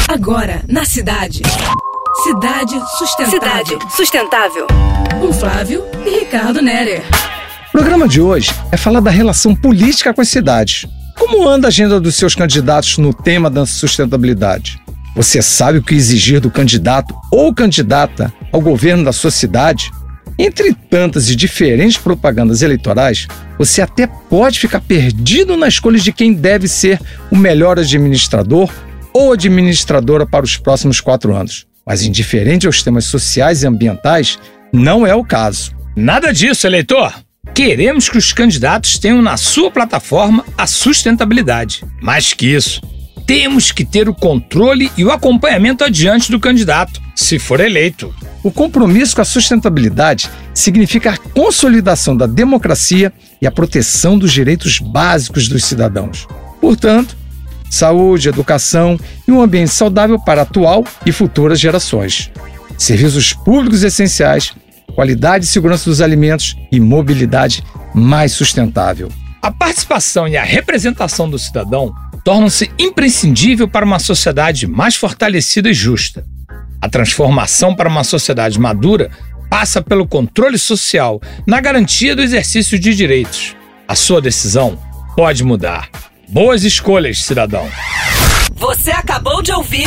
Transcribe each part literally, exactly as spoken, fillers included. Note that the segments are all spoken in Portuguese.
Agora, na cidade. Cidade Sustentável. Cidade Sustentável. Com Flávio e Ricardo Nerer. O programa de hoje é falar da relação política com as cidades. Como anda a agenda dos seus candidatos no tema da sustentabilidade? Você sabe o que exigir do candidato ou candidata ao governo da sua cidade? Entre tantas e diferentes propagandas eleitorais, você até pode ficar perdido na escolha de quem deve ser o melhor administrador ou administradora para os próximos quatro anos. Mas indiferente aos temas sociais e ambientais, não é o caso. Nada disso, eleitor! Queremos que os candidatos tenham na sua plataforma a sustentabilidade. Mais que isso, temos que ter o controle e o acompanhamento adiante do candidato, se for eleito. O compromisso com a sustentabilidade significa a consolidação da democracia e a proteção dos direitos básicos dos cidadãos. Portanto, saúde, educação e um ambiente saudável para a atual e futuras gerações. Serviços públicos essenciais, qualidade e segurança dos alimentos e mobilidade mais sustentável. A participação e a representação do cidadão tornam-se imprescindível para uma sociedade mais fortalecida e justa. A transformação para uma sociedade madura passa pelo controle social, na garantia do exercício de direitos. A sua decisão pode mudar. Boas escolhas, cidadão. Você acabou de ouvir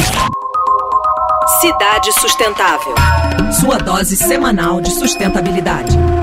Cidade Sustentável. Sua dose semanal de sustentabilidade.